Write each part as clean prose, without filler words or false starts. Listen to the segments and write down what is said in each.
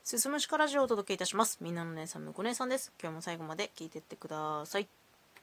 すすむしかラジオをお届けいたします。みんなの姉さん、むこ姉さんです。今日も最後まで聞いてってください。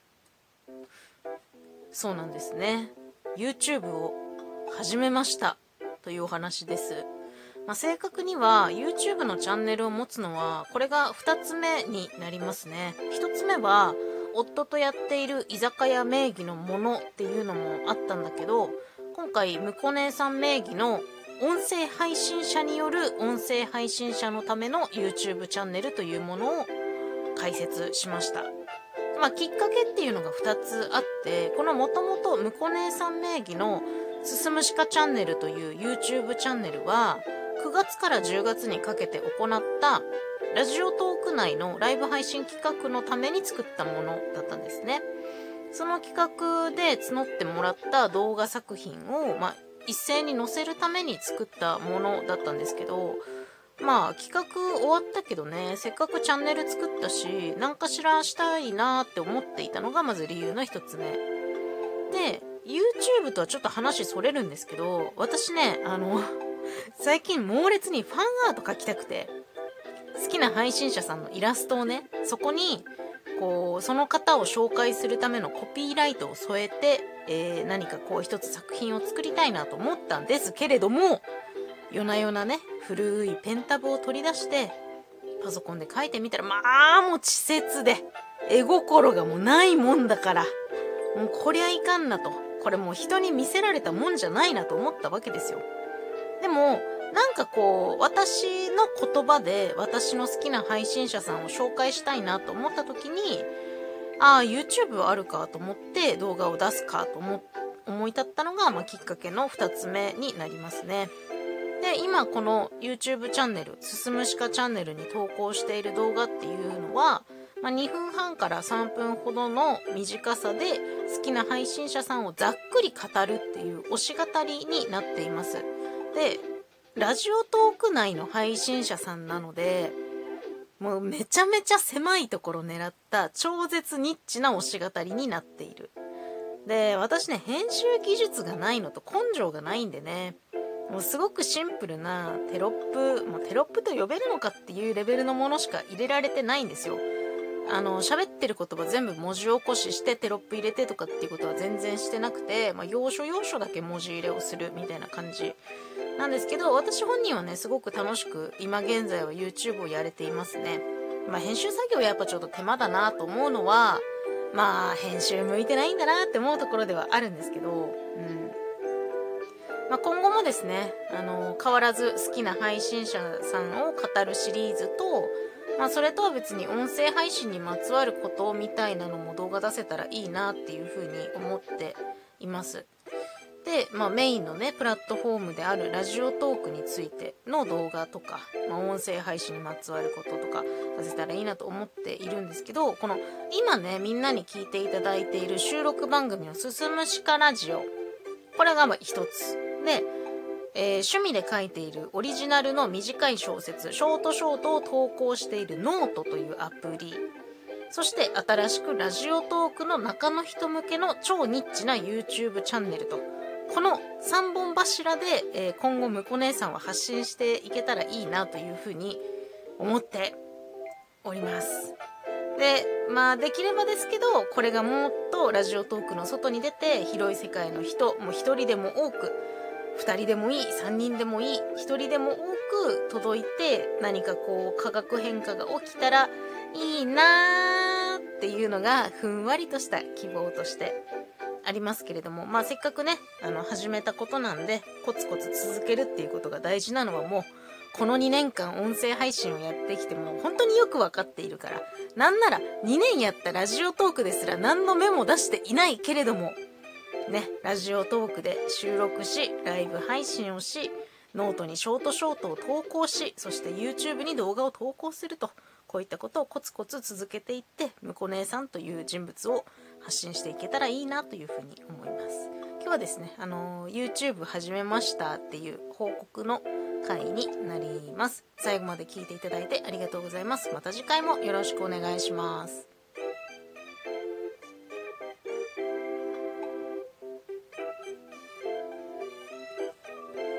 そうなんですね。YouTube を始めましたというお話です。正確には YouTube のチャンネルを持つのはこれが2つ目になりますね。1つ目は夫とやっている居酒屋名義のものっていうのもあったんだけど、今回むこ姉さん名義の音声配信者による音声配信者のための YouTube チャンネルというものを開設しました。きっかけっていうのが2つあって、このもともとむこ姉さん名義のすすむしかチャンネルという YouTube チャンネルは9月から10月にかけて行ったラジオトーク内のライブ配信企画のために作ったものだったんですね。その企画で募ってもらった動画作品を、一斉に載せるために作ったものだったんですけど、企画終わったけどね、せっかくチャンネル作ったし、何かしらしたいなって思っていたのがまず理由の一つ目。で、YouTube とはちょっと話それるんですけど、私ね、最近猛烈にファンアート描きたくて、好きな配信者さんのイラストをね、そこに、その方を紹介するためのコピーライトを添えて、何か一つ作品を作りたいなと思ったんですけれども、夜な夜なね、古いペンタブを取り出してパソコンで書いてみたら、もう稚拙で絵心がもうないもんだから、もうこりゃいかんなと、これもう人に見せられたもんじゃないなと思ったわけですよ。でも私の言葉で私の好きな配信者さんを紹介したいなと思った時に、YouTube あるかと思って動画を出すかと思い立ったのが、きっかけの2つ目になりますね。で、今この YouTube チャンネル、すすむしかチャンネルに投稿している動画っていうのは、2分半から3分ほどの短さで好きな配信者さんをざっくり語るっていう推し語りになっています。で、ラジオトーク内の配信者さんなので、もうめちゃめちゃ狭いところを狙った超絶ニッチな推し語りになっている。で、私ね、編集技術がないのと根性がないんでね、もうすごくシンプルなテロップと呼べるのかっていうレベルのものしか入れられてないんですよ。喋ってる言葉全部文字起こししてテロップ入れてとかっていうことは全然してなくて、要所要所だけ文字入れをするみたいな感じなんですけど、私本人はね、すごく楽しく今現在は YouTube をやれていますね。編集作業はやっぱちょっと手間だなと思うのは、編集向いてないんだなって思うところではあるんですけど、今後もですね、変わらず好きな配信者さんを語るシリーズと、それとは別に音声配信にまつわることみたいなのも動画出せたらいいなっていうふうに思っています。で、メインのね、プラットフォームであるラジオトークについての動画とか、音声配信にまつわることとか出せたらいいなと思っているんですけど、この今ね、みんなに聞いていただいている収録番組のすすむしかラジオ、これが一つで、趣味で書いているオリジナルの短い小説、ショートを投稿しているノートというアプリ、そして新しくラジオトークの中の人向けの超ニッチな YouTube チャンネルと、この3本柱で、今後むこ姉さんは発信していけたらいいなというふうに思っております。で、できればですけど、これがもっとラジオトークの外に出て広い世界の人、もう1人でも多く、2人でもいい、3人でもいい、1人でも多く届いて、何か化学変化が起きたらいいなーっていうのがふんわりとした希望としてありますけれども、せっかくね、始めたことなんで、コツコツ続けるっていうことが大事なのはもう、この2年間音声配信をやってきても本当によくわかっているから、なんなら2年やったラジオトークですら何のメモ出していないけれども、ね、ラジオトークで収録し、ライブ配信をし、ノートにショートを投稿し、そして YouTube に動画を投稿すると、こういったことをコツコツ続けていって、むこ姉さんという人物を発信していけたらいいなというふうに思います。今日はですね、YouTube 始めましたっていう報告の回になります。最後まで聞いていただいてありがとうございます。また次回もよろしくお願いします。